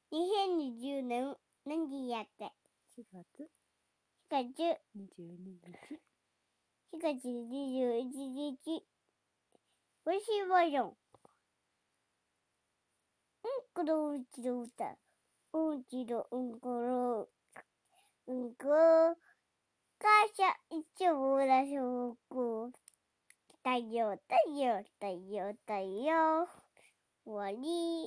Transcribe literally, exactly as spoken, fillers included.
にせんにじゅうねん何時やって。 しがつしがつにじゅうににち。 しがつにじゅういちにち。おいしいバージョン。うんころうんちの歌。うんちのうんころ。うんこ。会社一応らしょく。太陽太陽太陽太陽。終わり。